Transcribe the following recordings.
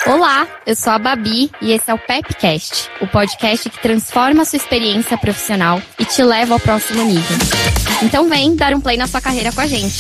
Olá, eu sou a Babi e esse é o Pepcast, o podcast que transforma a sua experiência profissional e te leva ao próximo nível. Então vem dar um play na sua carreira com a gente.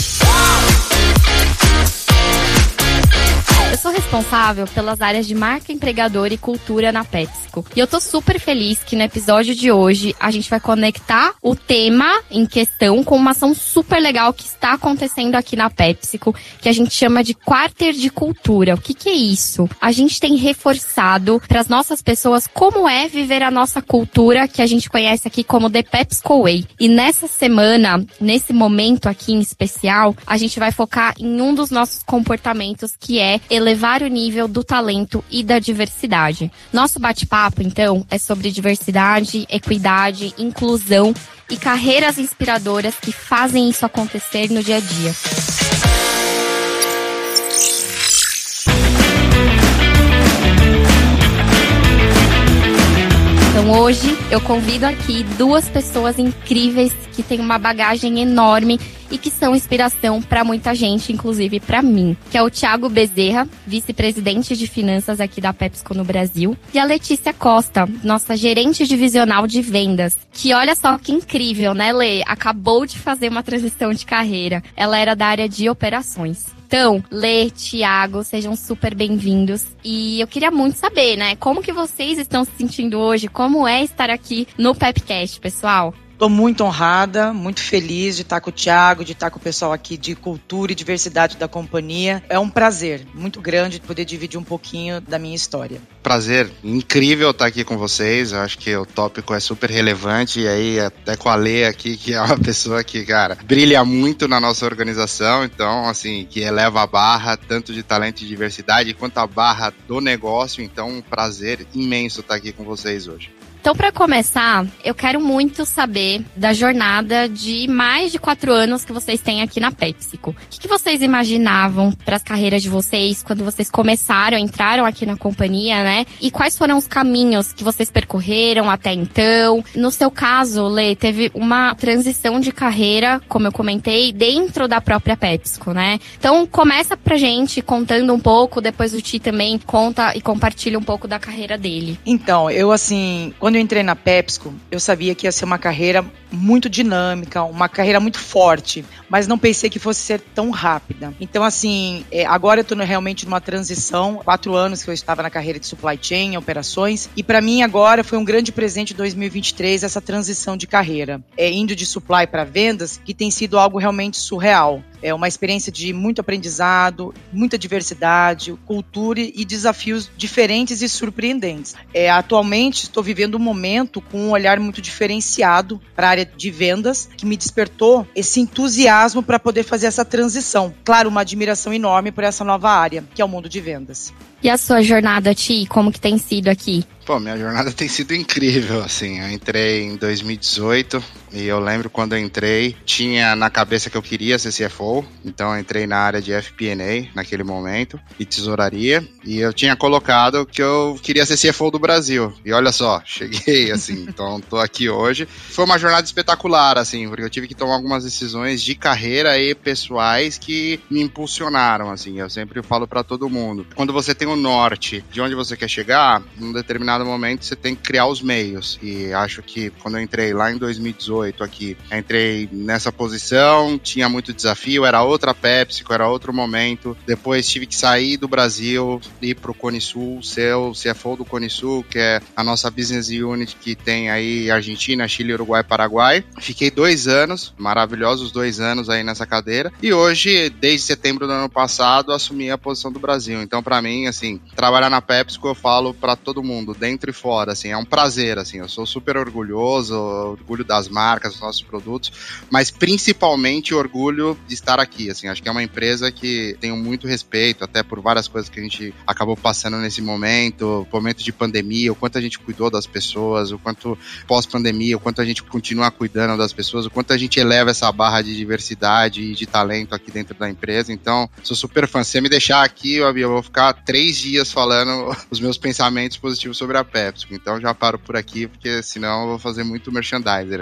Eu sou responsável pelas áreas de marca empregadora e cultura na PepsiCo. E eu tô super feliz que no episódio de hoje a gente vai conectar o tema em questão com uma ação super legal que está acontecendo aqui na PepsiCo, que a gente chama de Quarter de Cultura. O que é isso? A gente tem reforçado para as nossas pessoas como é viver a nossa cultura, que a gente conhece aqui como The PepsiCo Way. E nessa semana, nesse momento aqui em especial, a gente vai focar em um dos nossos comportamentos, que é elevar o nível do talento e da diversidade. Nosso bate-papo, então, é sobre diversidade, equidade, inclusão e carreiras inspiradoras que fazem isso acontecer no dia a dia. Então hoje eu convido aqui duas pessoas incríveis que têm uma bagagem enorme e que são inspiração para muita gente, inclusive para mim, que é o Thiago Bezerra, vice-presidente de finanças aqui da PepsiCo no Brasil, e a Letícia Costa, nossa gerente divisional de vendas, que olha só que incrível, né, Lê? Acabou de fazer uma transição de carreira. Ela era da área de operações. Então, Lê, Thiago, sejam super bem-vindos. E eu queria muito saber, né, como que vocês estão se sentindo hoje? Como é estar aqui no Pepcast, pessoal? Estou muito honrada, muito feliz de estar com o Thiago, de estar com o pessoal aqui de cultura e diversidade da companhia. É um prazer muito grande poder dividir um pouquinho da minha história. Prazer, incrível estar aqui com vocês. Eu acho que o tópico é super relevante. E aí, até com a Lê aqui, que é uma pessoa que, cara, brilha muito na nossa organização. Então, assim, que eleva a barra tanto de talento e diversidade quanto a barra do negócio. Então, um prazer imenso estar aqui com vocês hoje. Então, para começar, eu quero muito saber da jornada de mais de 4 anos que vocês têm aqui na PepsiCo. O que vocês imaginavam para as carreiras de vocês quando vocês entraram aqui na companhia, né? E quais foram os caminhos que vocês percorreram até então? No seu caso, Lê, teve uma transição de carreira, como eu comentei, dentro da própria PepsiCo, né? Então, começa pra gente contando um pouco, depois o Ti também conta e compartilha um pouco da carreira dele. Então, quando eu entrei na PepsiCo, eu sabia que ia ser uma carreira muito dinâmica, uma carreira muito forte, mas não pensei que fosse ser tão rápida. Então, assim, agora eu estou realmente numa transição, 4 anos que eu estava na carreira de supply chain, operações, e para mim agora foi um grande presente em 2023 essa transição de carreira, indo de supply para vendas, que tem sido algo realmente surreal. É uma experiência de muito aprendizado, muita diversidade, cultura e desafios diferentes e surpreendentes. Atualmente, estou vivendo um momento com um olhar muito diferenciado para a área de vendas, que me despertou esse entusiasmo para poder fazer essa transição. Claro, uma admiração enorme por essa nova área, que é o mundo de vendas. E a sua jornada, Ti, como que tem sido aqui? Pô, minha jornada tem sido incrível, assim. Eu entrei em 2018 e eu lembro quando eu entrei, tinha na cabeça que eu queria ser CFO, então eu entrei na área de FP&A naquele momento e tesouraria, e eu tinha colocado que eu queria ser CFO do Brasil. E olha só, cheguei, assim, então tô aqui hoje. Foi uma jornada espetacular, assim, porque eu tive que tomar algumas decisões de carreira e pessoais que me impulsionaram, assim. Eu sempre falo pra todo mundo, quando você tem o norte de onde você quer chegar, num determinado momento você tem que criar os meios, e acho que quando eu entrei lá em 2018 aqui, entrei nessa posição, tinha muito desafio, era outra PepsiCo, era outro momento, depois tive que sair do Brasil, ir pro Cone Sul, ser o CFO do Cone Sul, que é a nossa business unit que tem aí Argentina, Chile, Uruguai, Paraguai. Fiquei 2 anos, maravilhosos 2 anos aí nessa cadeira, e hoje, desde setembro do ano passado, assumi a posição do Brasil. Então, pra mim, assim, trabalhar na PepsiCo, eu falo pra todo mundo, dentro e fora, assim, é um prazer, assim, eu sou super orgulhoso, orgulho das marcas, dos nossos produtos, mas principalmente orgulho de estar aqui, assim, acho que é uma empresa que tenho muito respeito, até por várias coisas que a gente acabou passando nesse momento de pandemia, o quanto a gente cuidou das pessoas, o quanto pós-pandemia, o quanto a gente continua cuidando das pessoas, o quanto a gente eleva essa barra de diversidade e de talento aqui dentro da empresa. Então, sou super fã. Se você me deixar aqui, eu vou ficar 3 dias falando os meus pensamentos positivos sobre a PepsiCo. Então, já paro por aqui, porque senão eu vou fazer muito merchandiser aqui pra gente.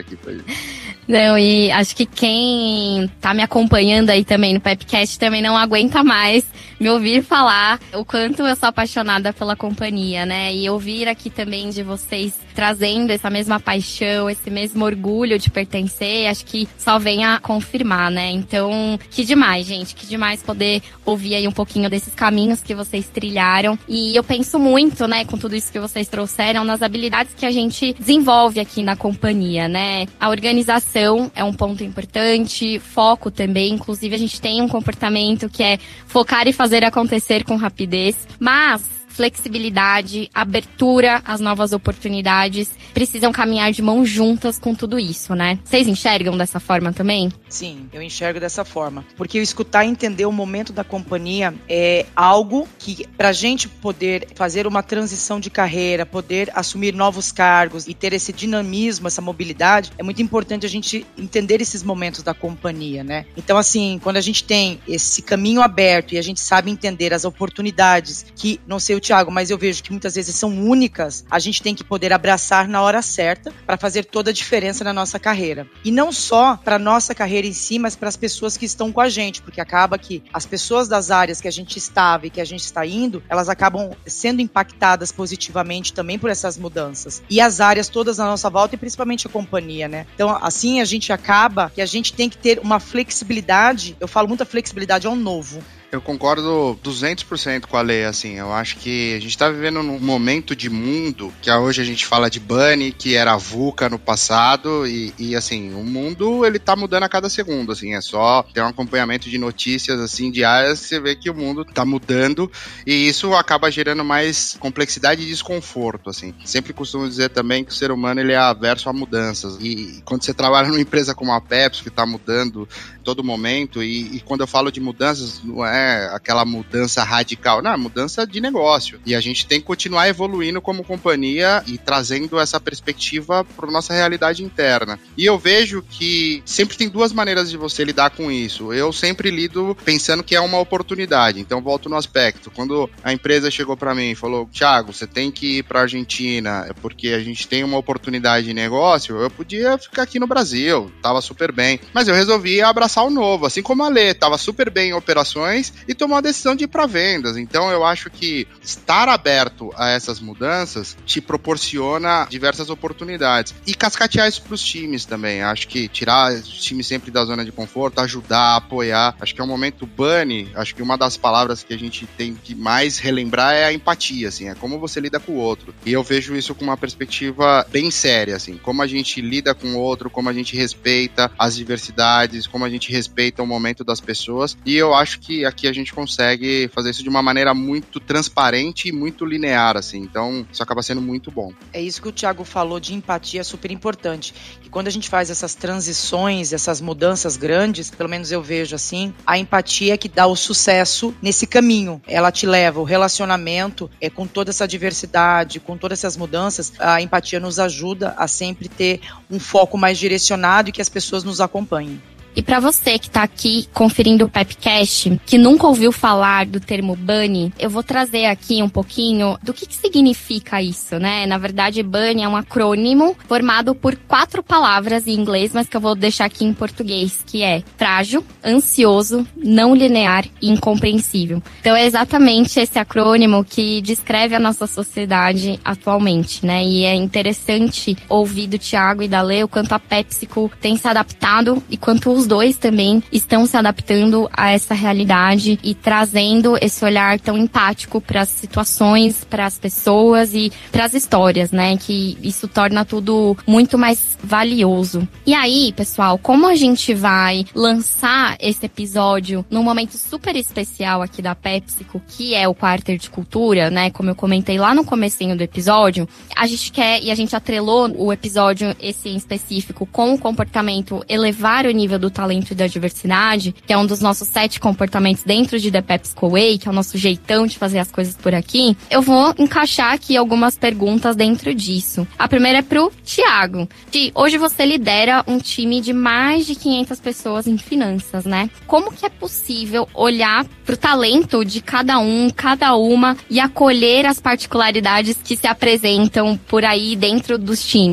Não, e acho que quem tá me acompanhando aí também no Pepcast também não aguenta mais me ouvir falar o quanto eu sou apaixonada pela companhia, né? E ouvir aqui também de vocês trazendo essa mesma paixão, esse mesmo orgulho de pertencer, acho que só vem a confirmar, né? Então, que demais, gente, que demais poder ouvir aí um pouquinho desses caminhos que vocês trilharam. E eu penso muito, né, com tudo isso que vocês trouxeram, nas habilidades que a gente desenvolve aqui na companhia, né? A organização é um ponto importante, foco também, inclusive a gente tem um comportamento que é focar e fazer acontecer com rapidez, mas flexibilidade, abertura às novas oportunidades, precisam caminhar de mãos juntas com tudo isso, né? Vocês enxergam dessa forma também? Sim, eu enxergo dessa forma. Porque o escutar e entender o momento da companhia é algo que, pra gente poder fazer uma transição de carreira, poder assumir novos cargos e ter esse dinamismo, essa mobilidade, é muito importante a gente entender esses momentos da companhia, né? Então, assim, quando a gente tem esse caminho aberto e a gente sabe entender as oportunidades que, não sei o Thiago, mas eu vejo que muitas vezes são únicas, a gente tem que poder abraçar na hora certa para fazer toda a diferença na nossa carreira. E não só para nossa carreira em si, mas para as pessoas que estão com a gente, porque acaba que as pessoas das áreas que a gente estava e que a gente está indo, elas acabam sendo impactadas positivamente também por essas mudanças. E as áreas todas à nossa volta e principalmente a companhia, né? Então, assim a gente acaba que a gente tem que ter uma flexibilidade, eu falo muita flexibilidade ao novo. Eu concordo 200% com a Lê, assim, eu acho que a gente tá vivendo num momento de mundo, que hoje a gente fala de Bunny, que era VUCA no passado, e assim, o mundo, ele tá mudando a cada segundo, assim, é só ter um acompanhamento de notícias, assim, diárias, você vê que o mundo tá mudando, e isso acaba gerando mais complexidade e desconforto, assim. Sempre costumo dizer também que o ser humano, ele é averso a mudanças, e quando você trabalha numa empresa como a Pepsi, que tá mudando todo momento, e quando eu falo de mudanças, não é aquela mudança radical, não, é mudança de negócio. E a gente tem que continuar evoluindo como companhia e trazendo essa perspectiva para nossa realidade interna. E eu vejo que sempre tem duas maneiras de você lidar com isso. Eu sempre lido pensando que é uma oportunidade. Então, volto no aspecto. Quando a empresa chegou para mim e falou, Thiago, você tem que ir para a Argentina porque a gente tem uma oportunidade de negócio, eu podia ficar aqui no Brasil, tava super bem. Mas eu resolvi abraçar o novo, assim como a Lê, tava super bem em operações e tomou a decisão de ir para vendas. Então eu acho que estar aberto a essas mudanças te proporciona diversas oportunidades. E cascatear isso para os times também. Acho que tirar os times sempre da zona de conforto, ajudar, apoiar. Acho que é um momento Bunny, acho que uma das palavras que a gente tem que mais relembrar é a empatia, assim, é como você lida com o outro. E eu vejo isso com uma perspectiva bem séria, assim, como a gente lida com o outro, como a gente respeita as diversidades, como a gente respeita o momento das pessoas. E eu acho que aqui a gente consegue fazer isso de uma maneira muito transparente e muito linear, assim. Então, isso acaba sendo muito bom. É isso que o Thiago falou de empatia, é super importante. Que quando a gente faz essas transições, essas mudanças grandes, pelo menos eu vejo assim, a empatia é que dá o sucesso nesse caminho. Ela te leva, o relacionamento, com toda essa diversidade, com todas essas mudanças, a empatia nos ajuda a sempre ter um foco mais direcionado e que as pessoas nos acompanhem. E para você que tá aqui conferindo o Pepcast, que nunca ouviu falar do termo Bunny, eu vou trazer aqui um pouquinho do que significa isso, né? Na verdade, Bunny é um acrônimo formado por 4 palavras em inglês, mas que eu vou deixar aqui em português, que é frágil, ansioso, não linear e incompreensível. Então é exatamente esse acrônimo que descreve a nossa sociedade atualmente, né? E é interessante ouvir do Thiago e da Lê o quanto a PepsiCo tem se adaptado e quanto os dois também estão se adaptando a essa realidade e trazendo esse olhar tão empático para as situações, para as pessoas e para as histórias, né? Que isso torna tudo muito mais valioso. E aí, pessoal, como a gente vai lançar esse episódio num momento super especial aqui da PepsiCo, que é o Quarter de Cultura, né? Como eu comentei lá no comecinho do episódio, a gente quer, e a gente atrelou o episódio, esse em específico, com o comportamento elevar o nível do talento e da diversidade, que é um dos nossos 7 comportamentos dentro de The PepsiCo Way, que é o nosso jeitão de fazer as coisas por aqui, eu vou encaixar aqui algumas perguntas dentro disso. A primeira é pro Thiago. Hoje você lidera um time de mais de 500 pessoas em finanças, né? Como que é possível olhar pro talento de cada um, cada uma e acolher as particularidades que se apresentam por aí dentro dos times?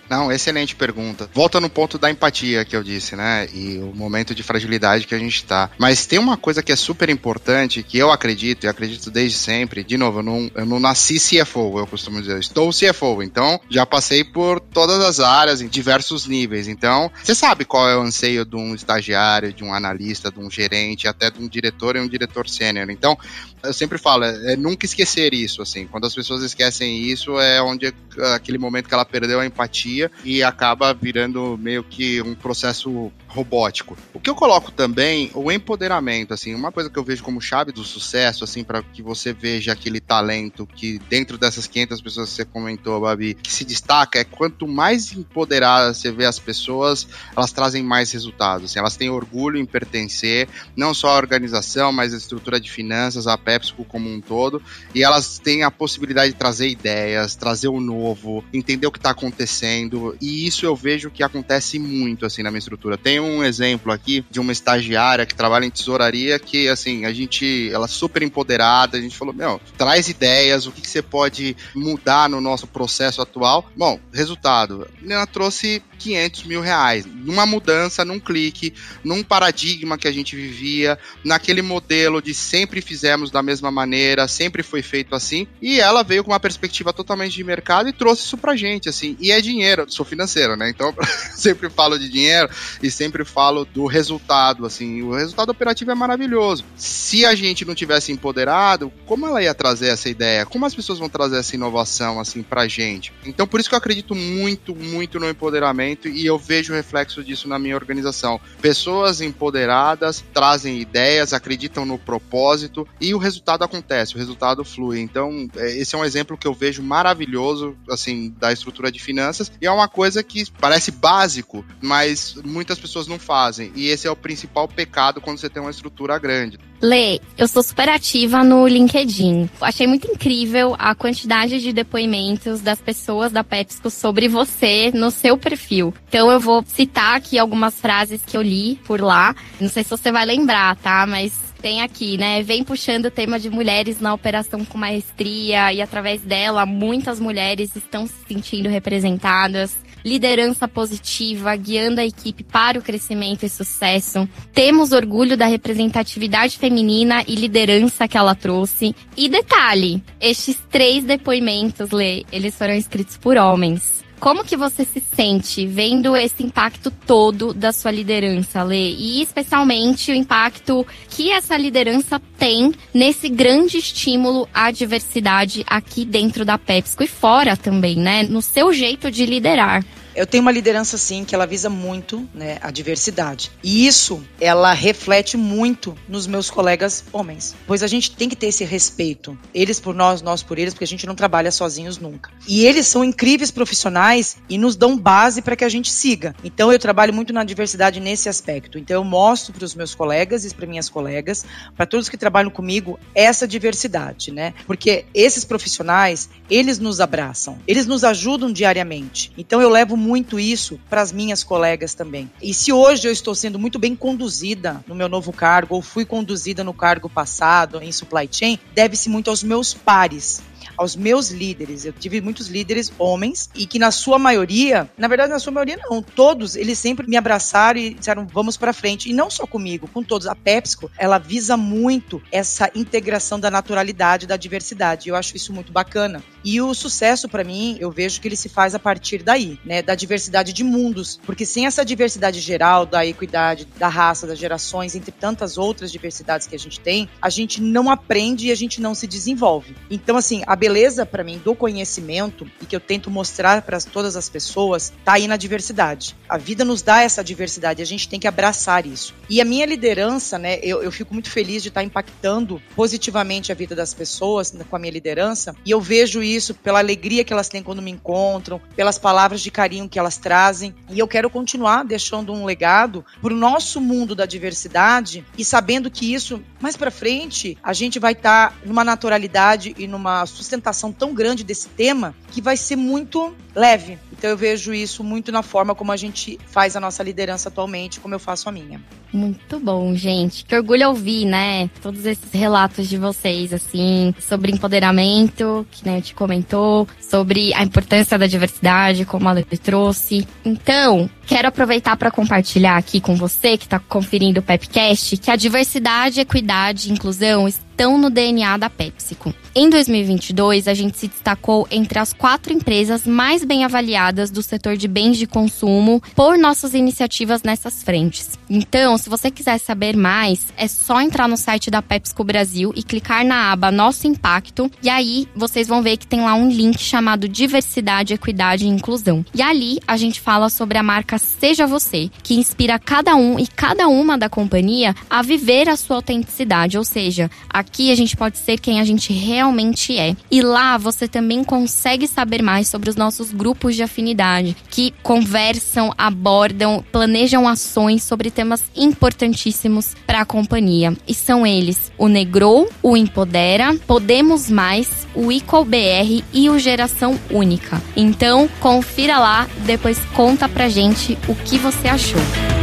Não, excelente pergunta. Volta no ponto da empatia que eu disse, né? E o momento de fragilidade que a gente tá. Mas tem uma coisa que é super importante, que eu acredito, e acredito desde sempre. De novo, eu não nasci CFO, eu costumo dizer. Eu estou CFO, então já passei por todas as áreas, em diversos níveis. Então, você sabe qual é o anseio de um estagiário, de um analista, de um gerente, até de um diretor e um diretor sênior. Então, eu sempre falo, é nunca esquecer isso, assim. Quando as pessoas esquecem isso, é onde aquele momento que ela perdeu a empatia e acaba virando meio que um processo robótico. O que eu coloco também, o empoderamento, assim, uma coisa que eu vejo como chave do sucesso, assim, para que você veja aquele talento que dentro dessas 500 pessoas que você comentou, Babi, que se destaca, é quanto mais empoderadas você vê as pessoas, elas trazem mais resultados, assim, elas têm orgulho em pertencer, não só à organização, mas à estrutura de finanças, a PepsiCo como um todo, e elas têm a possibilidade de trazer ideias, trazer o novo, entender o que está acontecendo, e isso eu vejo que acontece muito, assim, na minha estrutura. Tem um exemplo aqui de uma estagiária que trabalha em tesouraria que, assim, ela é super empoderada, a gente falou, traz ideias, o que você pode mudar no nosso processo atual. Bom, resultado, ela trouxe 500 mil reais, numa mudança, num clique, num paradigma que a gente vivia, naquele modelo de sempre fizemos da mesma maneira, sempre foi feito assim, e ela veio com uma perspectiva totalmente de mercado e trouxe isso pra gente, assim, e é dinheiro, sou financeiro, né, então sempre falo de dinheiro e sempre falo do resultado, assim, o resultado operativo é maravilhoso. Se a gente não tivesse empoderado, como ela ia trazer essa ideia? Como as pessoas vão trazer essa inovação, assim, pra gente? Então, por isso que eu acredito muito, muito no empoderamento e eu vejo o reflexo disso na minha organização. Pessoas empoderadas trazem ideias, acreditam no propósito e o resultado acontece, o resultado flui. Então, esse é um exemplo que eu vejo maravilhoso, assim, da estrutura de finanças e é uma coisa que parece básico, mas muitas pessoas não fazem. E esse é o principal pecado quando você tem uma estrutura grande. Lê, eu sou super ativa no LinkedIn. Achei muito incrível a quantidade de depoimentos das pessoas da PepsiCo sobre você no seu perfil. Então eu vou citar aqui algumas frases que eu li por lá. Não sei se você vai lembrar, tá? Mas tem aqui, né? Vem puxando o tema de mulheres na operação com maestria e através dela muitas mulheres estão se sentindo representadas. Liderança positiva, guiando a equipe para o crescimento e sucesso. Temos orgulho da representatividade feminina e liderança que ela trouxe. E detalhe, estes 3 depoimentos, Lê, eles foram escritos por homens. Como que você se sente vendo esse impacto todo da sua liderança, Lê? E especialmente o impacto que essa liderança tem nesse grande estímulo à diversidade aqui dentro da PepsiCo e fora também, né? No seu jeito de liderar. Eu tenho uma liderança, sim, que ela visa muito, né, a diversidade. E isso, ela reflete muito nos meus colegas homens. Pois a gente tem que ter esse respeito. Eles por nós, nós por eles, porque a gente não trabalha sozinhos nunca. E eles são incríveis profissionais e nos dão base para que a gente siga. Então eu trabalho muito na diversidade nesse aspecto. Então eu mostro para os meus colegas e para minhas colegas, para todos que trabalham comigo, essa diversidade, né? Porque esses profissionais, eles nos abraçam, eles nos ajudam diariamente. Então eu levo muito isso para as minhas colegas também. E se hoje eu estou sendo muito bem conduzida no meu novo cargo, ou fui conduzida no cargo passado em supply chain, deve-se muito aos meus pares, aos meus líderes. Eu tive muitos líderes homens e que na sua maioria, na verdade na sua maioria não, todos, eles sempre me abraçaram e disseram vamos pra frente. E não só comigo, com todos. A PepsiCo, ela visa muito essa integração da naturalidade, da diversidade. Eu acho isso muito bacana. E o sucesso pra mim, eu vejo que ele se faz a partir daí, né, da diversidade de mundos. Porque sem essa diversidade geral, da equidade, da raça, das gerações, entre tantas outras diversidades que a gente não aprende e a gente não se desenvolve. Então assim, a beleza para mim do conhecimento e que eu tento mostrar para todas as pessoas tá aí na diversidade. A vida nos dá essa diversidade e a gente tem que abraçar isso. E a minha liderança, né, eu fico muito feliz de estar impactando positivamente a vida das pessoas com a minha liderança e eu vejo isso pela alegria que elas têm quando me encontram, pelas palavras de carinho que elas trazem e eu quero continuar deixando um legado pro nosso mundo da diversidade e sabendo que isso, mais pra frente, a gente vai estar numa naturalidade e numa sustentação tão grande desse tema que vai ser muito leve. Então eu vejo isso muito na forma como a gente faz a nossa liderança atualmente, como eu faço a minha. Muito bom, gente. Que orgulho ouvir, né? Todos esses relatos de vocês, assim, sobre empoderamento, que né, te comentou, sobre a importância da diversidade, como a Lê trouxe. Então, quero aproveitar para compartilhar aqui com você, que está conferindo o Pepcast, que a diversidade, equidade e inclusão estão no DNA da PepsiCo. Em 2022, a gente se destacou entre as 4 empresas mais bem avaliadas do setor de bens de consumo por nossas iniciativas nessas frentes. Então, se você quiser saber mais, é só entrar no site da PepsiCo Brasil e clicar na aba Nosso Impacto, e aí vocês vão ver que tem lá um link chamado Diversidade, Equidade e Inclusão. E ali a gente fala sobre a marca Seja Você, que inspira cada um e cada uma da companhia a viver a sua autenticidade, ou seja, aqui a gente pode ser quem a gente realmente é. E lá você também consegue saber mais sobre os nossos grupos de afinidade, que conversam, abordam, planejam ações sobre temas importantíssimos para a companhia. E são eles o Negrow, o Empodera, Podemos Mais, o Equal BR e o Geração Única. Então, confira lá, depois conta pra gente o que você achou.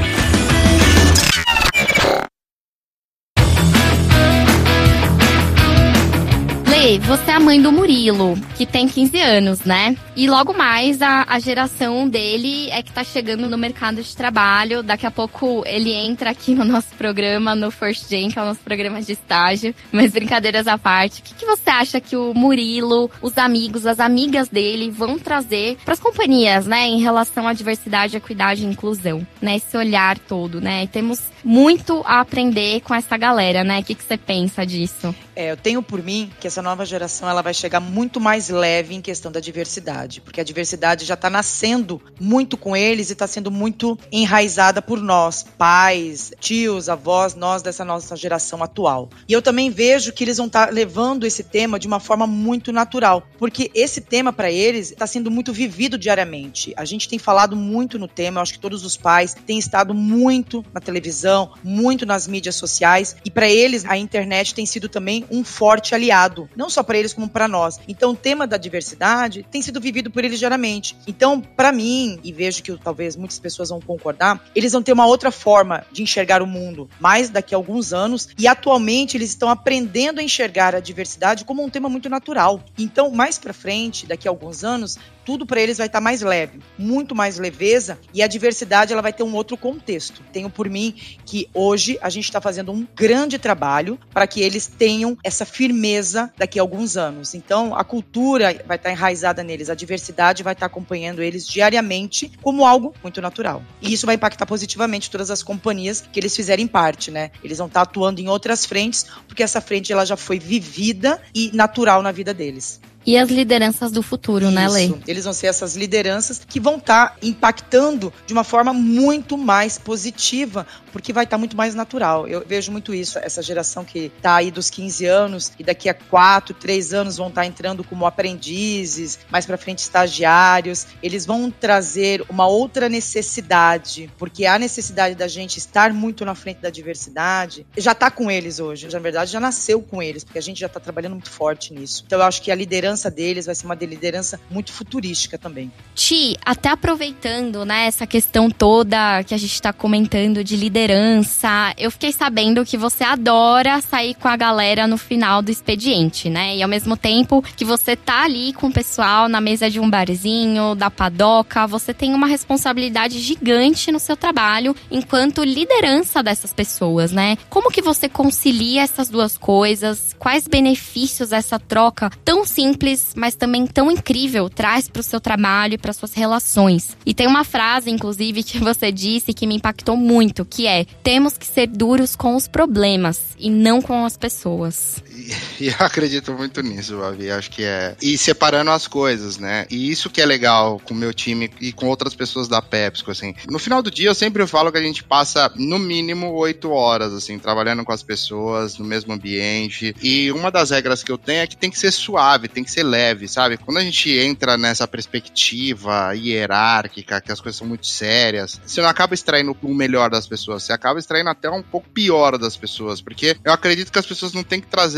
Você é a mãe do Murilo, que tem 15 anos, né? E logo mais a geração dele é que tá chegando no mercado de trabalho. Daqui a pouco ele entra aqui no nosso programa, no First Gen, que é o nosso programa de estágio. Mas brincadeiras à parte, o que você acha que o Murilo, os amigos, as amigas dele vão trazer pras companhias, né? Em relação à diversidade, equidade e inclusão, né? Esse olhar todo, né? E temos muito a aprender com essa galera, né? O que você pensa disso? Eu tenho por mim que essa nova geração ela vai chegar muito mais leve em questão da diversidade, porque a diversidade já está nascendo muito com eles e está sendo muito enraizada por nós, pais, tios, avós, nós dessa nossa geração atual. E eu também vejo que eles vão estar levando esse tema de uma forma muito natural, porque esse tema para eles está sendo muito vivido diariamente. A gente tem falado muito no tema, eu acho que todos os pais têm estado muito na televisão, muito nas mídias sociais, e para eles a internet tem sido também um forte aliado, não só para eles como para nós. Então o tema da diversidade tem sido vivido por eles diariamente. Então, para mim, e vejo que talvez muitas pessoas vão concordar, eles vão ter uma outra forma de enxergar o mundo, mais daqui a alguns anos, e atualmente eles estão aprendendo a enxergar a diversidade como um tema muito natural. Então, mais para frente, daqui a alguns anos, tudo para eles vai estar mais leve, muito mais leveza, e a diversidade ela vai ter um outro contexto. Tenho por mim que hoje a gente está fazendo um grande trabalho para que eles tenham essa firmeza daqui a alguns anos. Então, a cultura vai estar enraizada neles, a diversidade vai estar acompanhando eles diariamente como algo muito natural. E isso vai impactar positivamente todas as companhias que eles fizerem parte, né? Eles vão estar atuando em outras frentes, porque essa frente ela já foi vivida e natural na vida deles. E as lideranças do futuro, né, Lê? Eles vão ser essas lideranças que vão estar impactando de uma forma muito mais positiva, porque vai estar muito mais natural. Eu vejo muito isso, essa geração que está aí dos 15 anos e daqui a 4, 3 anos vão estar entrando como aprendizes, mais para frente estagiários. Eles vão trazer uma outra necessidade, porque a necessidade da gente estar muito na frente da diversidade já está com eles hoje. Na verdade, já nasceu com eles, porque a gente já está trabalhando muito forte nisso. Então, eu acho que a liderança deles vai ser uma liderança muito futurística também. Ti, até aproveitando, né, essa questão toda que a gente tá comentando de liderança, eu fiquei sabendo que você adora sair com a galera no final do expediente, né? E ao mesmo tempo que você tá ali com o pessoal na mesa de um barzinho, da padoca, você tem uma responsabilidade gigante no seu trabalho enquanto liderança dessas pessoas, né? Como que você concilia essas duas coisas? Quais benefícios essa troca tão simples, mas também tão incrível, traz para o seu trabalho e para suas relações? E tem uma frase, inclusive, que você disse que me impactou muito, que é: temos que ser duros com os problemas e não com as pessoas. E eu acredito muito nisso, Babi. Acho que é. E separando as coisas, né? E isso que é legal com o meu time e com outras pessoas da PepsiCo, assim. No final do dia, eu sempre falo que a gente passa, no mínimo, 8 horas, assim, trabalhando com as pessoas, no mesmo ambiente. E uma das regras que eu tenho é que tem que ser suave, tem que ser leve, sabe? Quando a gente entra nessa perspectiva hierárquica, que as coisas são muito sérias, você não acaba extraindo o melhor das pessoas, você acaba extraindo até um pouco pior das pessoas, porque eu acredito que as pessoas não têm que trazer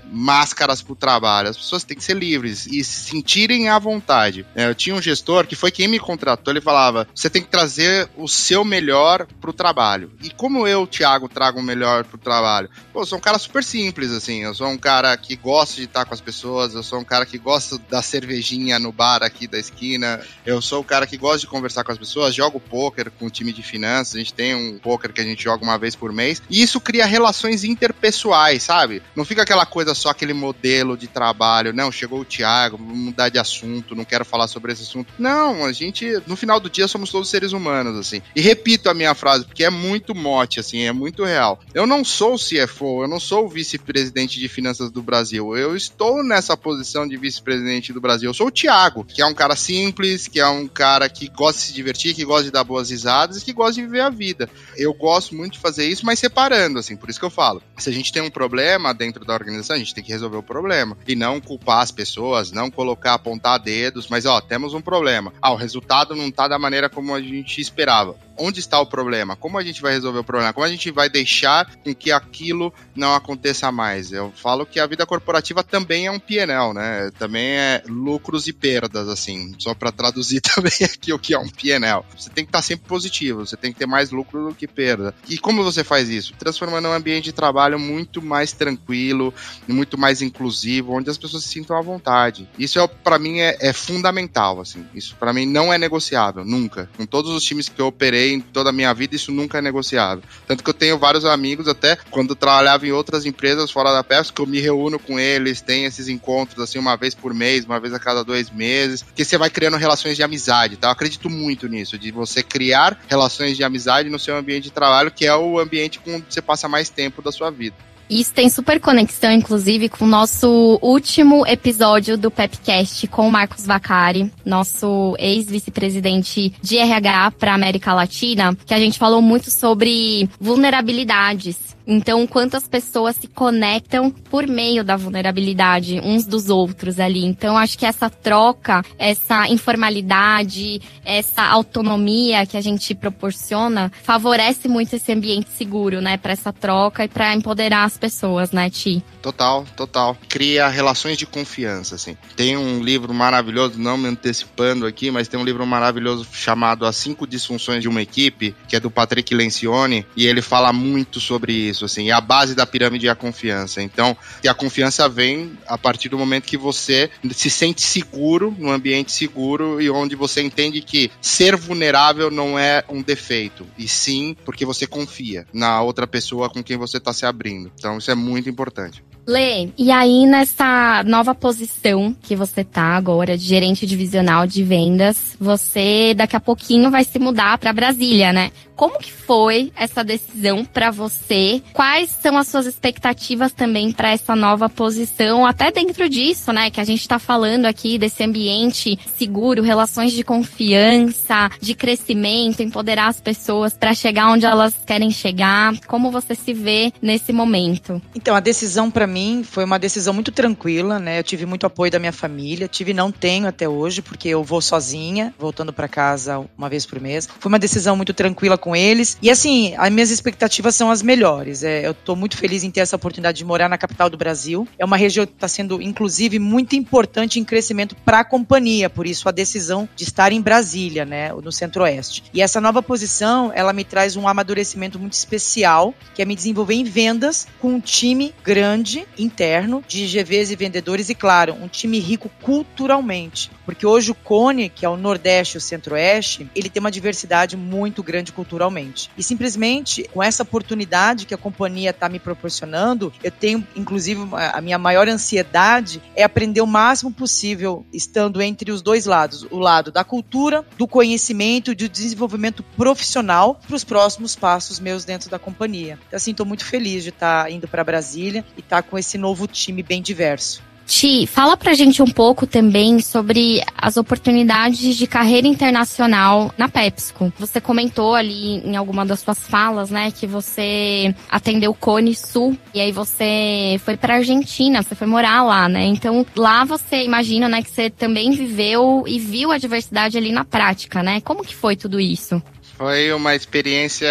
máscaras pro trabalho. As pessoas têm que ser livres e se sentirem à vontade. Eu tinha um gestor que foi quem me contratou, ele falava, você tem que trazer o seu melhor pro trabalho. E como eu, Thiago, trago o melhor pro trabalho? Pô, eu sou um cara super simples, assim, eu sou um cara que gosta de estar com as pessoas, eu sou um cara que gosta da cervejinha no bar aqui da esquina, eu sou um cara que gosta de conversar com as pessoas, jogo pôquer com o time de finanças, a gente tem um pôquer que a gente joga uma vez por mês, e isso cria relações interpessoais, sabe? Não fica aquela coisa só, aquele modelo de trabalho, não, chegou o Thiago, vamos mudar de assunto, não quero falar sobre esse assunto. Não, a gente, no final do dia, somos todos seres humanos, assim. E repito a minha frase, porque é muito mote, assim, é muito real. Eu não sou o CFO, eu não sou o vice-presidente de finanças do Brasil, eu estou nessa posição de vice-presidente do Brasil, eu sou o Thiago, que é um cara simples, que é um cara que gosta de se divertir, que gosta de dar boas risadas e que gosta de viver a vida. Eu gosto muito de fazer isso, mas separando, assim, por isso que eu falo. Se a gente tem um problema dentro da organização, a gente tem que resolver o problema. E não culpar as pessoas, não colocar, apontar dedos, mas ó, temos um problema. O resultado não tá da maneira como a gente esperava. Onde está o problema? Como a gente vai resolver o problema? Como a gente vai deixar com que aquilo não aconteça mais? Eu falo que a vida corporativa também é um P&L, né? Também é lucros e perdas, assim. Só para traduzir também aqui o que é um P&L. Você tem que estar sempre positivo, você tem que ter mais lucro do que perda. E como você faz isso? Transformando um ambiente de trabalho muito mais tranquilo, muito mais inclusivo, onde as pessoas se sintam à vontade. Isso, para mim, é fundamental, assim. Isso, para mim, não é negociável, nunca. Com todos os times que eu operei em toda a minha vida, isso nunca é negociável. Tanto que eu tenho vários amigos, até quando eu trabalhava em outras empresas fora da Pepsi, que eu me reúno com eles, tem esses encontros, assim, uma vez por mês, uma vez a cada 2 meses, que você vai criando relações de amizade, tá? Eu acredito muito nisso, de você criar relações de amizade no seu ambiente de trabalho, que é o ambiente onde você passa mais tempo da sua vida. Isso tem super conexão, inclusive, com o nosso último episódio do Pepcast com o Marcos Vaccari, nosso ex-vice-presidente de RH para a América Latina, que a gente falou muito sobre vulnerabilidades. Então, quantas pessoas se conectam por meio da vulnerabilidade uns dos outros ali. Então, acho que essa troca, essa informalidade, essa autonomia que a gente proporciona, favorece muito esse ambiente seguro, né? Para essa troca e para empoderar as pessoas, né, Ti? Total. Cria relações de confiança, assim. Tem um livro maravilhoso, não me antecipando aqui, mas tem um livro maravilhoso chamado As 5 Disfunções de uma Equipe, que é do Patrick Lencioni, e ele fala muito sobre isso, assim. A base da pirâmide é a confiança. Então, e a confiança vem a partir do momento que você se sente seguro, num ambiente seguro, e onde você entende que ser vulnerável não é um defeito, e sim porque você confia na outra pessoa com quem você está se abrindo. Então, isso é muito importante. Lê, e aí nessa nova posição que você tá agora, de gerente divisional de vendas, você daqui a pouquinho vai se mudar para Brasília, né? Como que foi essa decisão para você? Quais são as suas expectativas também para essa nova posição? Até dentro disso, né, que a gente tá falando aqui desse ambiente seguro, relações de confiança, de crescimento, empoderar as pessoas para chegar onde elas querem chegar. Como você se vê nesse momento? Então, a decisão para mim foi uma decisão muito tranquila, né? Eu tive muito apoio da minha família, não tenho até hoje, porque eu vou sozinha, voltando para casa uma vez por mês. Foi uma decisão muito tranquila com eles. E assim, as minhas expectativas são as melhores. Eu tô muito feliz em ter essa oportunidade de morar na capital do Brasil. É uma região que está sendo, inclusive, muito importante em crescimento para a companhia. Por isso, a decisão de estar em Brasília, né? No Centro-Oeste. E essa nova posição, ela me traz um amadurecimento muito especial, que é me desenvolver em vendas com um time grande, interno, de GVs e vendedores e, claro, um time rico culturalmente. Porque hoje o Cone, que é o Nordeste e o Centro-Oeste, ele tem uma diversidade muito grande culturalmente. E simplesmente, com essa oportunidade que a companhia está me proporcionando, eu tenho, inclusive, a minha maior ansiedade é aprender o máximo possível, estando entre os dois lados. O lado da cultura, do conhecimento e do desenvolvimento profissional para os próximos passos meus dentro da companhia. Então, assim, estou muito feliz de estar indo para Brasília e estar com esse novo time bem diverso. Ti, fala pra gente um pouco também sobre as oportunidades de carreira internacional na PepsiCo. Você comentou ali em alguma das suas falas, né, que você atendeu o Cone Sul e aí você foi pra Argentina, você foi morar lá, né? Então, lá você imagina, né, que você também viveu e viu a diversidade ali na prática, né? Como que foi tudo isso? Foi uma experiência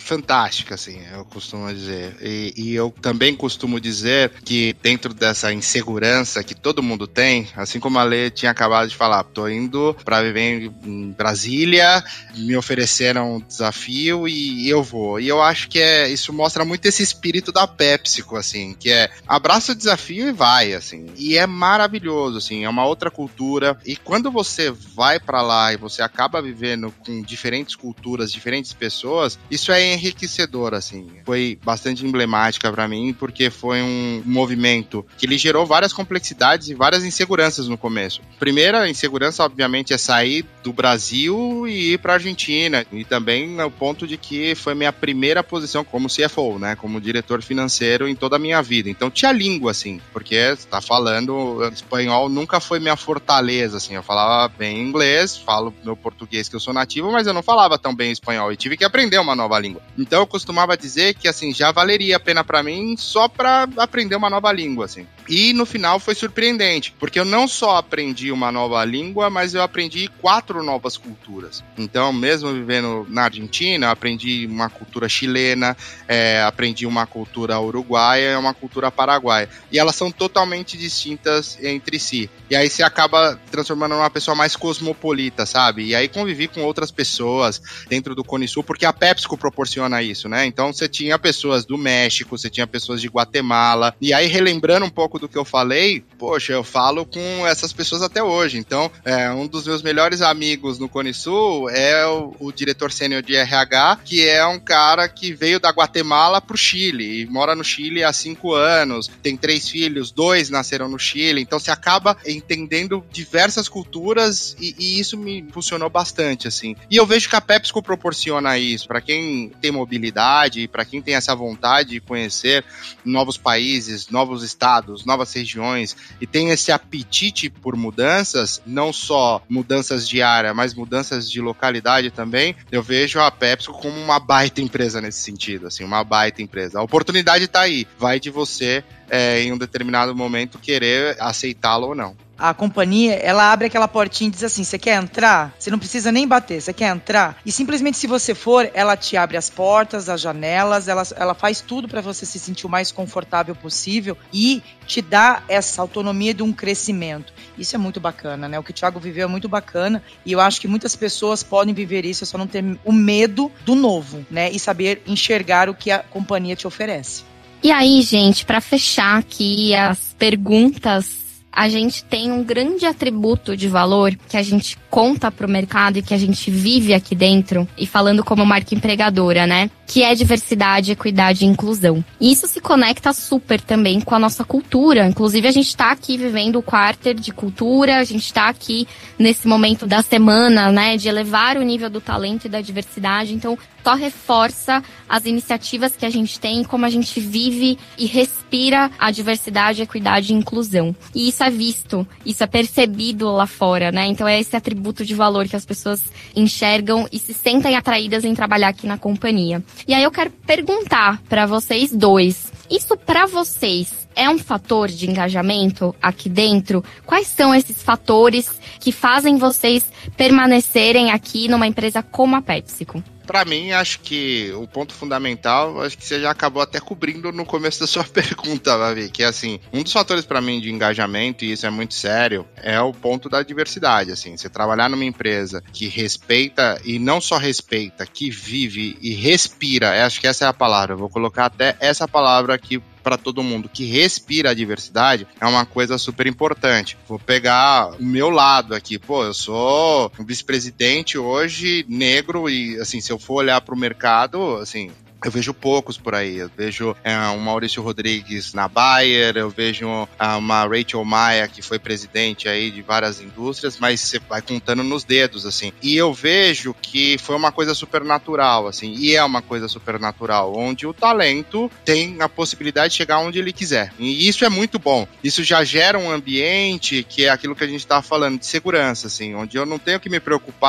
fantástica, assim, eu costumo dizer. E eu também costumo dizer que dentro dessa insegurança que todo mundo tem, assim como a Lê tinha acabado de falar, tô indo para viver em Brasília, me ofereceram um desafio e eu vou. E eu acho que isso mostra muito esse espírito da PepsiCo, assim, que é abraça o desafio e vai, assim. E é maravilhoso, assim, é uma outra cultura. E quando você vai para lá e você acaba vivendo com diferentes culturas, diferentes pessoas, isso é enriquecedor, assim. Foi bastante emblemática para mim, porque foi um movimento que ele gerou várias complexidades e várias inseguranças no começo. Primeira insegurança, obviamente, é sair do Brasil e ir para Argentina. E também o ponto de que foi minha primeira posição como CFO, né? Como diretor financeiro em toda a minha vida. Então tinha língua, assim, porque você tá falando, espanhol nunca foi minha fortaleza, assim. Eu falava bem inglês, falo meu português que eu sou nativo, mas eu não falava tão bem espanhol e tive que aprender uma nova língua. Então eu costumava dizer que, assim, já valeria a pena para mim só para aprender uma nova língua, assim. E no final foi surpreendente, porque eu não só aprendi uma nova língua, mas eu aprendi 4 novas culturas. Então, mesmo vivendo na Argentina, eu aprendi uma cultura chilena, aprendi uma cultura uruguaia e uma cultura paraguaia. E elas são totalmente distintas entre si. E aí você acaba transformando numa pessoa mais cosmopolita, sabe? E aí convivi com outras pessoas dentro do Cone Sul, porque a PepsiCo proporciona isso, né? Então você tinha pessoas do México, você tinha pessoas de Guatemala. E aí, relembrando um pouco do que eu falei, poxa, eu falo com essas pessoas até hoje. Então, um dos meus melhores amigos no Cone Sul é o diretor sênior de RH, que é um cara que veio da Guatemala pro Chile e mora no Chile há 5 anos, tem 3 filhos, 2 nasceram no Chile, então você acaba entendendo diversas culturas e isso me funcionou bastante, assim. E eu vejo que a PepsiCo proporciona isso, para quem tem mobilidade, para quem tem essa vontade de conhecer novos países, novos estados, novas regiões, e tem esse apetite por mudanças, não só mudanças de área, mas mudanças de localidade também. Eu vejo a PepsiCo como uma baita empresa nesse sentido, assim, uma baita empresa. A oportunidade tá aí, vai de você, em um determinado momento, querer aceitá-lo ou não. A companhia, ela abre aquela portinha e diz assim, você quer entrar? Você não precisa nem bater, você quer entrar? E simplesmente se você for, ela te abre as portas, as janelas, ela faz tudo para você se sentir o mais confortável possível e te dá essa autonomia de um crescimento. Isso é muito bacana, né? O que o Thiago viveu é muito bacana e eu acho que muitas pessoas podem viver isso, é só não ter o medo do novo, né? E saber enxergar o que a companhia te oferece. E aí, gente, para fechar aqui as perguntas, a gente tem um grande atributo de valor que a gente conta pro mercado e que a gente vive aqui dentro, e falando como marca empregadora, né? Que é diversidade, equidade e inclusão. E isso se conecta super também com a nossa cultura. Inclusive, a gente tá aqui vivendo o quarter de cultura, a gente tá aqui nesse momento da semana, né? De elevar o nível do talento e da diversidade. Então, só reforça as iniciativas que a gente tem, como a gente vive e respira a diversidade, equidade e inclusão. E isso é visto, isso é percebido lá fora, né? Então é esse atributo de valor que as pessoas enxergam e se sentem atraídas em trabalhar aqui na companhia. E aí eu quero perguntar para vocês dois, isso para vocês é um fator de engajamento aqui dentro? Quais são esses fatores que fazem vocês permanecerem aqui numa empresa como a PepsiCo? Para mim, acho que o ponto fundamental, acho que você já acabou até cobrindo no começo da sua pergunta, Babi, que é assim, um dos fatores para mim de engajamento, e isso é muito sério, é o ponto da diversidade, assim, você trabalhar numa empresa que respeita, e não só respeita, que vive e respira, acho que essa é a palavra, eu vou colocar até essa palavra aqui para todo mundo, que respira a diversidade, é uma coisa super importante. Vou pegar o meu lado aqui, eu sou um vice-presidente hoje, negro, e assim, se eu for olhar para o mercado, assim, eu vejo poucos por aí, eu vejo um Maurício Rodrigues na Bayer, eu vejo uma Rachel Maia, que foi presidente aí de várias indústrias, mas você vai contando nos dedos, assim. E eu vejo que foi uma coisa super natural, assim, e é uma coisa super natural, onde o talento tem a possibilidade de chegar onde ele quiser. E isso é muito bom. Isso já gera um ambiente que é aquilo que a gente estava falando, de segurança, assim, onde eu não tenho que me preocupar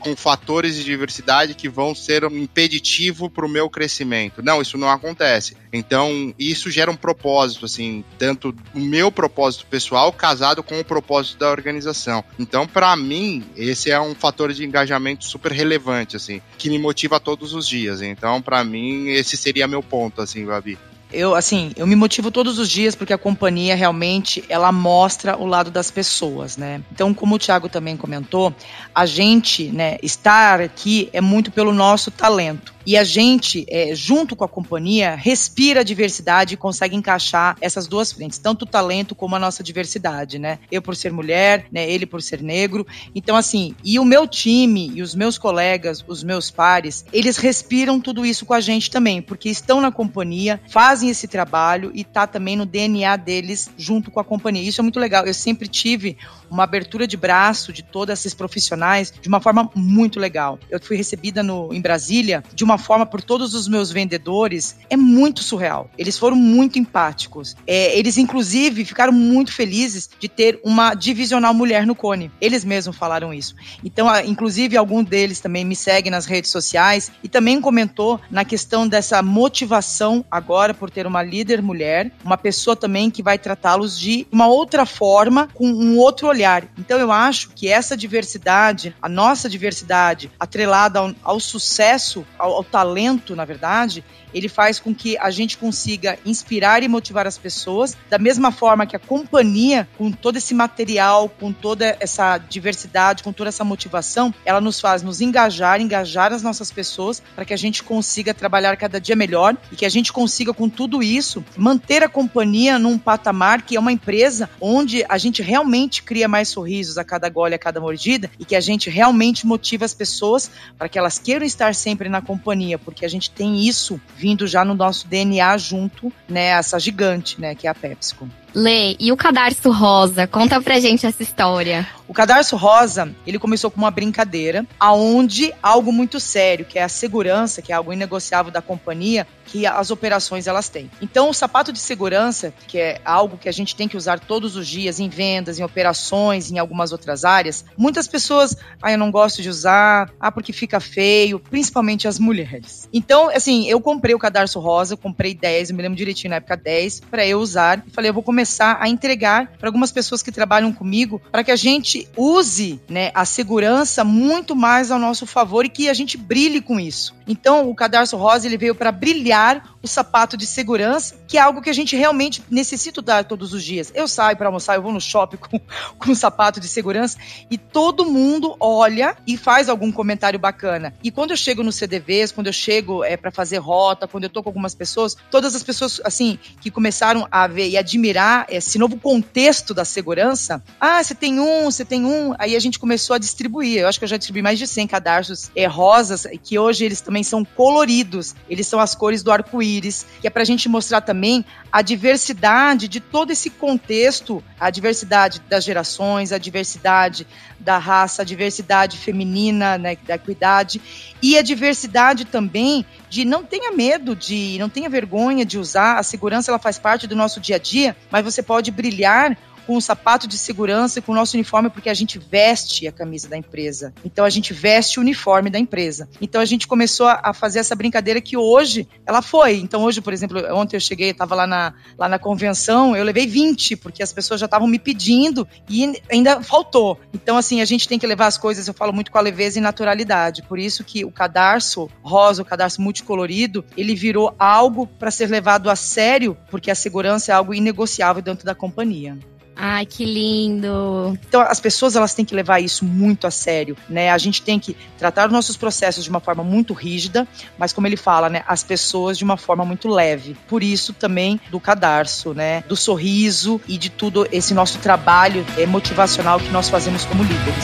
com fatores de diversidade que vão ser um impeditivo para o meu crescimento. Não, isso não acontece. Então, isso gera um propósito, assim, tanto o meu propósito pessoal casado com o propósito da organização. Então, para mim, esse é um fator de engajamento super relevante, assim, que me motiva todos os dias. Então, para mim, esse seria meu ponto, assim, Babi. Eu me motivo todos os dias porque a companhia realmente, ela mostra o lado das pessoas, né? Então, como o Thiago também comentou, a gente, né, estar aqui é muito pelo nosso talento. E a gente, junto com a companhia, respira a diversidade e consegue encaixar essas duas frentes, tanto o talento como a nossa diversidade, né? Eu por ser mulher, né, ele por ser negro. Então, assim, e o meu time e os meus colegas, os meus pares, eles respiram tudo isso com a gente também, porque estão na companhia, fazem esse trabalho e tá também no DNA deles junto com a companhia. Isso é muito legal. Eu sempre tive uma abertura de braço de todos esses profissionais de uma forma muito legal. Eu fui recebida em Brasília de uma forma por todos os meus vendedores, é muito surreal. Eles foram muito empáticos. Eles, inclusive, ficaram muito felizes de ter uma divisional mulher no Cone. Eles mesmos falaram isso. Então, inclusive, algum deles também me segue nas redes sociais e também comentou na questão dessa motivação agora por ter uma líder mulher, uma pessoa também que vai tratá-los de uma outra forma, com um outro olhar. Então, eu acho que essa diversidade, a nossa diversidade, atrelada ao sucesso, ao talento, na verdade, ele faz com que a gente consiga inspirar e motivar as pessoas, da mesma forma que a companhia, com todo esse material, com toda essa diversidade, com toda essa motivação, ela nos faz nos engajar as nossas pessoas, para que a gente consiga trabalhar cada dia melhor e que a gente consiga, com tudo isso, manter a companhia num patamar que é uma empresa onde a gente realmente cria mais sorrisos a cada gole, a cada mordida, e que a gente realmente motiva as pessoas para que elas queiram estar sempre na companhia, porque a gente tem isso vindo já no nosso DNA junto, né, essa gigante, né, que é a PepsiCo. Lê, e o Cadarço Rosa? Conta pra gente essa história. O Cadarço Rosa, ele começou com uma brincadeira, aonde algo muito sério, que é a segurança, que é algo inegociável da companhia, que as operações elas têm. Então, o sapato de segurança, que é algo que a gente tem que usar todos os dias em vendas, em operações, em algumas outras áreas, muitas pessoas, eu não gosto de usar, porque fica feio, principalmente as mulheres. Então, assim, eu comprei o Cadarço Rosa, comprei 10, eu me lembro direitinho na época 10, para eu usar, e falei, eu vou começar a entregar para algumas pessoas que trabalham comigo, para que a gente use, né, a segurança muito mais ao nosso favor e que a gente brilhe com isso. Então, o Cadarço Rosa, ele veio para brilhar o sapato de segurança, que é algo que a gente realmente necessita dar todos os dias. Eu saio para almoçar, eu vou no shopping com um sapato de segurança e todo mundo olha e faz algum comentário bacana. E quando eu chego no CDVs, quando eu chego para fazer rota, quando eu tô com algumas pessoas, todas as pessoas, assim, que começaram a ver e admirar esse novo contexto da segurança, você tem um, aí a gente começou a distribuir. Eu acho que eu já distribuí mais de 100 cadarços rosas, que hoje eles também são coloridos, eles são as cores do arco-íris, que é pra gente mostrar também a diversidade de todo esse contexto, a diversidade das gerações, a diversidade da raça, a diversidade feminina, né, da equidade, e a diversidade também de não tenha medo, não tenha vergonha de usar. A segurança, ela faz parte do nosso dia a dia, mas você pode brilhar com o sapato de segurança e com o nosso uniforme, porque a gente veste a camisa da empresa. Então, a gente veste o uniforme da empresa. Então, a gente começou a fazer essa brincadeira que hoje, ela foi. Então, hoje, por exemplo, ontem eu cheguei, estava lá na convenção, eu levei 20, porque as pessoas já estavam me pedindo e ainda faltou. Então, assim, a gente tem que levar as coisas, eu falo muito com a leveza e naturalidade. Por isso que o Cadarço Rosa, o Cadarço multicolorido, ele virou algo para ser levado a sério, porque a segurança é algo inegociável dentro da companhia. Ai, que lindo! Então, as pessoas, elas têm que levar isso muito a sério, né? A gente tem que tratar os nossos processos de uma forma muito rígida, mas como ele fala, né? As pessoas de uma forma muito leve. Por isso, também, do cadarço, né? Do sorriso e de tudo esse nosso trabalho motivacional que nós fazemos como líderes.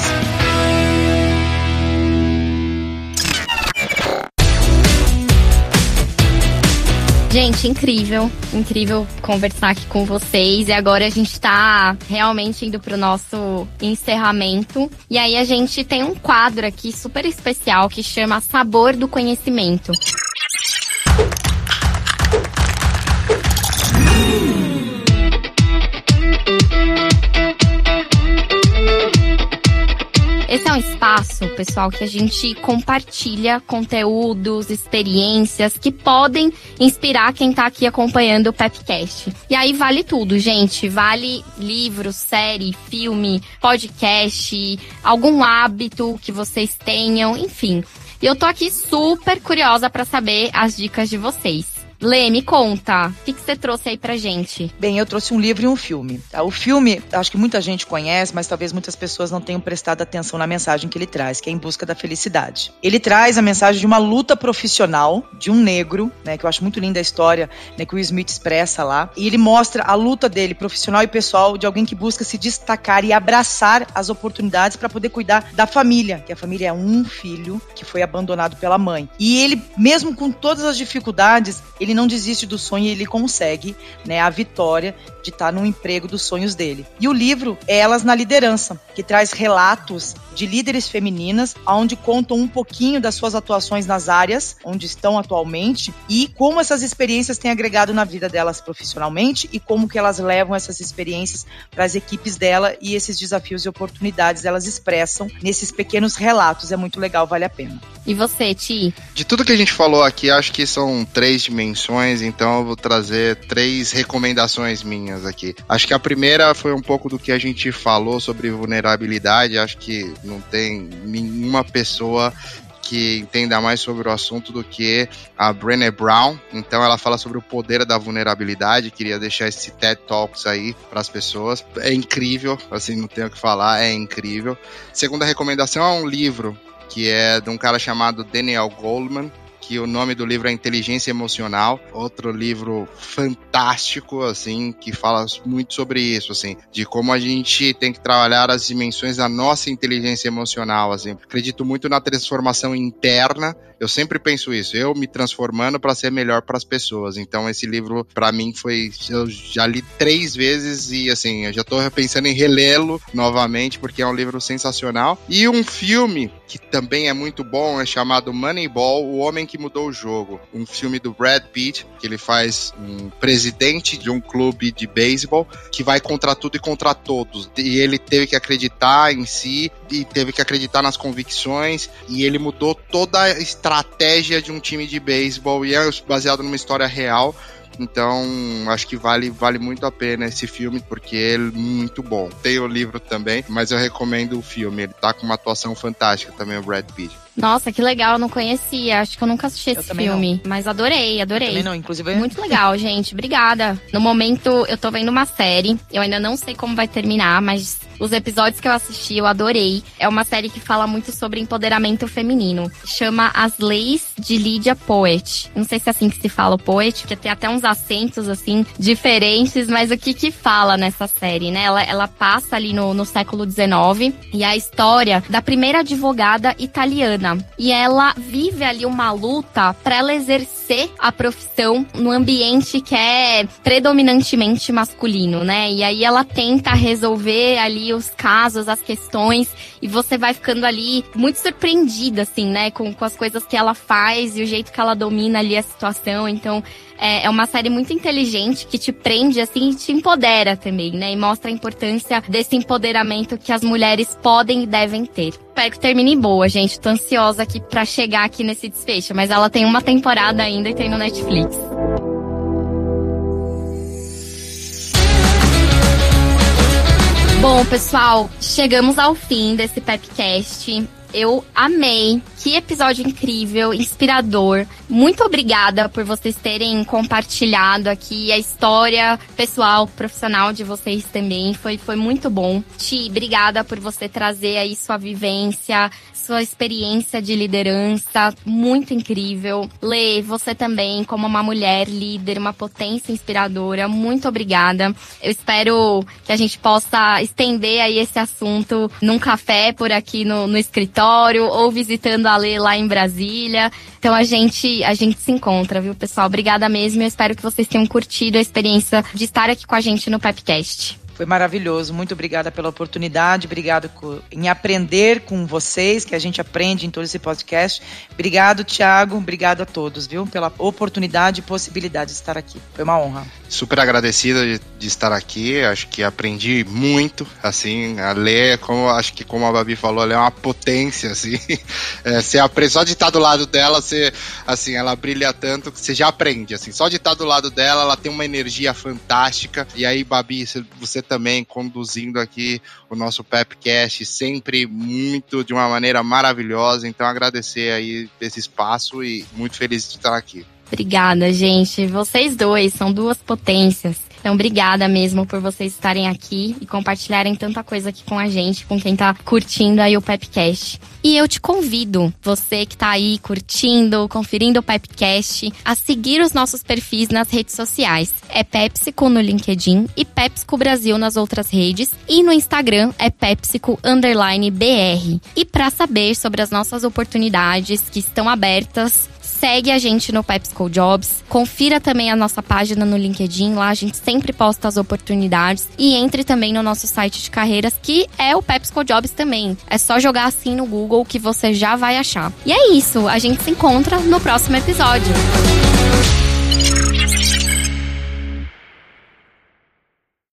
Gente, incrível conversar aqui com vocês. E agora a gente tá realmente indo pro nosso encerramento. E aí a gente tem um quadro aqui super especial que chama Sabor do Conhecimento. Esse é um espaço espaço, pessoal, que a gente compartilha conteúdos, experiências que podem inspirar quem tá aqui acompanhando o Pepcast. E aí vale tudo, gente. Vale livro, série, filme, podcast, algum hábito que vocês tenham, enfim. E eu tô aqui super curiosa pra saber as dicas de vocês. Lê, me conta, o que você trouxe aí pra gente? Bem, eu trouxe um livro e um filme. O filme, acho que muita gente conhece, mas talvez muitas pessoas não tenham prestado atenção na mensagem que ele traz, que é Em Busca da Felicidade. Ele traz a mensagem de uma luta profissional de um negro, né, que eu acho muito linda a história, né, que o Will Smith expressa lá. E ele mostra a luta dele, profissional e pessoal, de alguém que busca se destacar e abraçar as oportunidades para poder cuidar da família, que a família é um filho que foi abandonado pela mãe. E ele, mesmo com todas as dificuldades, ele não desiste do sonho e ele consegue, né, a vitória de estar no emprego dos sonhos dele. E o livro é Elas na Liderança, que traz relatos de líderes femininas, onde contam um pouquinho das suas atuações nas áreas onde estão atualmente e como essas experiências têm agregado na vida delas profissionalmente e como que elas levam essas experiências para as equipes dela e esses desafios e oportunidades elas expressam nesses pequenos relatos. É muito legal, vale a pena. E você, Ti? De tudo que a gente falou aqui, acho que são 3 dimensões, então eu vou trazer 3 recomendações minhas aqui. Acho que a primeira foi um pouco do que a gente falou sobre vulnerabilidade. Acho que não tem nenhuma pessoa que entenda mais sobre o assunto do que a Brené Brown. Então ela fala sobre o poder da vulnerabilidade. Queria deixar esse TED Talks aí para as pessoas. É incrível, assim, não tenho o que falar, é incrível. Segunda recomendação é um livro que é de um cara chamado Daniel Goleman, que o nome do livro é Inteligência Emocional, outro livro fantástico, assim, que fala muito sobre isso, assim, de como a gente tem que trabalhar as dimensões da nossa inteligência emocional, assim. Acredito muito na transformação interna, eu sempre penso isso, eu me transformando para ser melhor para as pessoas. Então esse livro, para mim, eu já li 3 vezes e, assim, eu já tô pensando em relê-lo novamente, porque é um livro sensacional. E um filme que também é muito bom, é chamado Moneyball, O Homem que Mudou o Jogo. Um filme do Brad Pitt, que ele faz um presidente de um clube de beisebol que vai contra tudo e contra todos. E ele teve que acreditar em si e teve que acreditar nas convicções e ele mudou toda a estratégia de um time de beisebol e é baseado numa história real. Então, acho que vale muito a pena esse filme, porque ele é muito bom. Tem o livro também, mas eu recomendo o filme. Ele tá com uma atuação fantástica também, o Brad Pitt. Nossa, que legal, eu não conhecia. Acho que eu nunca assisti esse filme. Não. Mas adorei. Eu também não, inclusive. Muito legal, gente. Obrigada. No momento, eu tô vendo uma série. Eu ainda não sei como vai terminar, mas os episódios que eu assisti, eu adorei. É uma série que fala muito sobre empoderamento feminino. Chama As Leis de Lydia Poet. Não sei se é assim que se fala o Poet, porque tem até uns acentos, assim, diferentes. Mas o que fala nessa série, né? Ela passa ali no século XIX. E a história da primeira advogada italiana. E ela vive ali uma luta para ela exercer a profissão no ambiente que é predominantemente masculino, né? E aí ela tenta resolver ali os casos, as questões, e você vai ficando ali muito surpreendida, assim, né? Com as coisas que ela faz e o jeito que ela domina ali a situação. Então, é uma série muito inteligente que te prende, assim, e te empodera também, né? E mostra a importância desse empoderamento que as mulheres podem e devem ter. Espero que termine boa, gente. Tô ansiosa aqui pra chegar aqui nesse desfecho, mas ela tem uma temporada ainda e tem no Netflix. Bom, pessoal, chegamos ao fim desse Pepcast. Eu amei. Que episódio incrível, inspirador. Muito obrigada por vocês terem compartilhado aqui a história pessoal, profissional de vocês também. Foi muito bom. Ti, obrigada por você trazer aí sua vivência, sua experiência de liderança. Muito incrível. Lê, você também, como uma mulher líder, uma potência inspiradora. Muito obrigada. Eu espero que a gente possa estender aí esse assunto num café por aqui no escritório ou visitando a Lê lá em Brasília. Então a gente se encontra, viu, pessoal? Obrigada mesmo. Eu espero que vocês tenham curtido a experiência de estar aqui com a gente no Pepcast. Foi maravilhoso, muito obrigada pela oportunidade, obrigado em aprender com vocês, que a gente aprende em todo esse podcast. Obrigado, Thiago, obrigado a todos, viu, pela oportunidade e possibilidade de estar aqui. Foi uma honra. super agradecido de estar aqui, acho que aprendi muito, assim, a ler, acho que como a Babi falou, ela é uma potência, assim, você aprende, só de estar do lado dela, você, assim, ela brilha tanto que você já aprende, assim, só de estar do lado dela, ela tem uma energia fantástica, e aí, Babi, você também conduzindo aqui o nosso Pepcast, sempre muito, de uma maneira maravilhosa, então agradecer aí esse espaço e muito feliz de estar aqui. Obrigada, gente. Vocês dois são duas potências. Então, obrigada mesmo por vocês estarem aqui e compartilharem tanta coisa aqui com a gente, com quem tá curtindo aí o Pepcast. E eu te convido, você que tá aí curtindo, conferindo o Pepcast, a seguir os nossos perfis nas redes sociais. É PepsiCo no LinkedIn e PepsiCo Brasil nas outras redes. E no Instagram é PepsiCo_BR. E para saber sobre as nossas oportunidades que estão abertas, segue a gente no PepsiCo Jobs, confira também a nossa página no LinkedIn, lá a gente sempre posta as oportunidades e entre também no nosso site de carreiras, que é o PepsiCo Jobs também. É só jogar assim no Google que você já vai achar. E é isso, a gente se encontra no próximo episódio.